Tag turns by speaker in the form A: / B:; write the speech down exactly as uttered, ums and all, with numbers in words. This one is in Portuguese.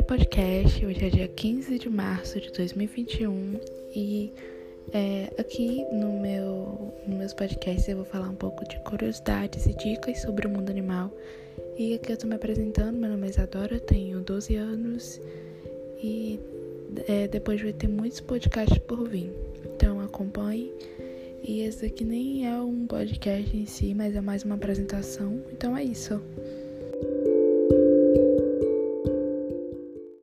A: podcast. Hoje é dia quinze de março de dois mil e vinte e um e é, aqui no meu, nos meus podcasts eu vou falar um pouco de curiosidades e dicas sobre o mundo animal. E aqui eu tô me apresentando, meu nome é Isadora, tenho doze anos e é, depois vai ter muitos podcasts por vir, então acompanhe. E esse aqui nem é um podcast em si, mas é mais uma apresentação, então é isso.